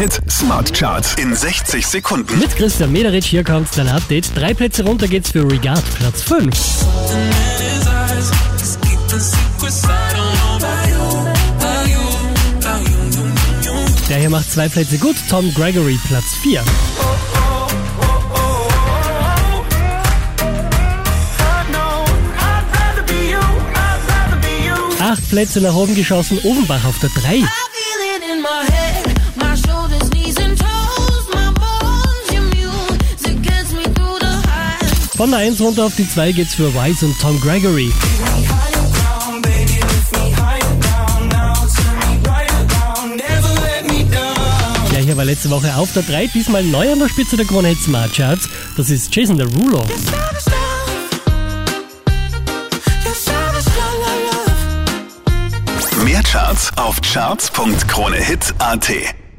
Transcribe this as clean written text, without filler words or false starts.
Hit Smart Charts in 60 Sekunden. Mit Christian Mederich, hier kommt dein Update. 3 Plätze runter geht's für Regard, Platz 5. Der hier macht 2 Plätze gut, Tom Gregory, Platz 4. 8 Plätze nach oben geschossen, Ofenbach auf der 3. Von der 1 runter auf die 2 geht's für Wise und Tom Gregory. Der hier war letzte Woche auf der 3, diesmal neu an der Spitze der Krone Hit Smart Charts. Das ist Jason Derulo. Mehr Charts auf charts.kronehit.at.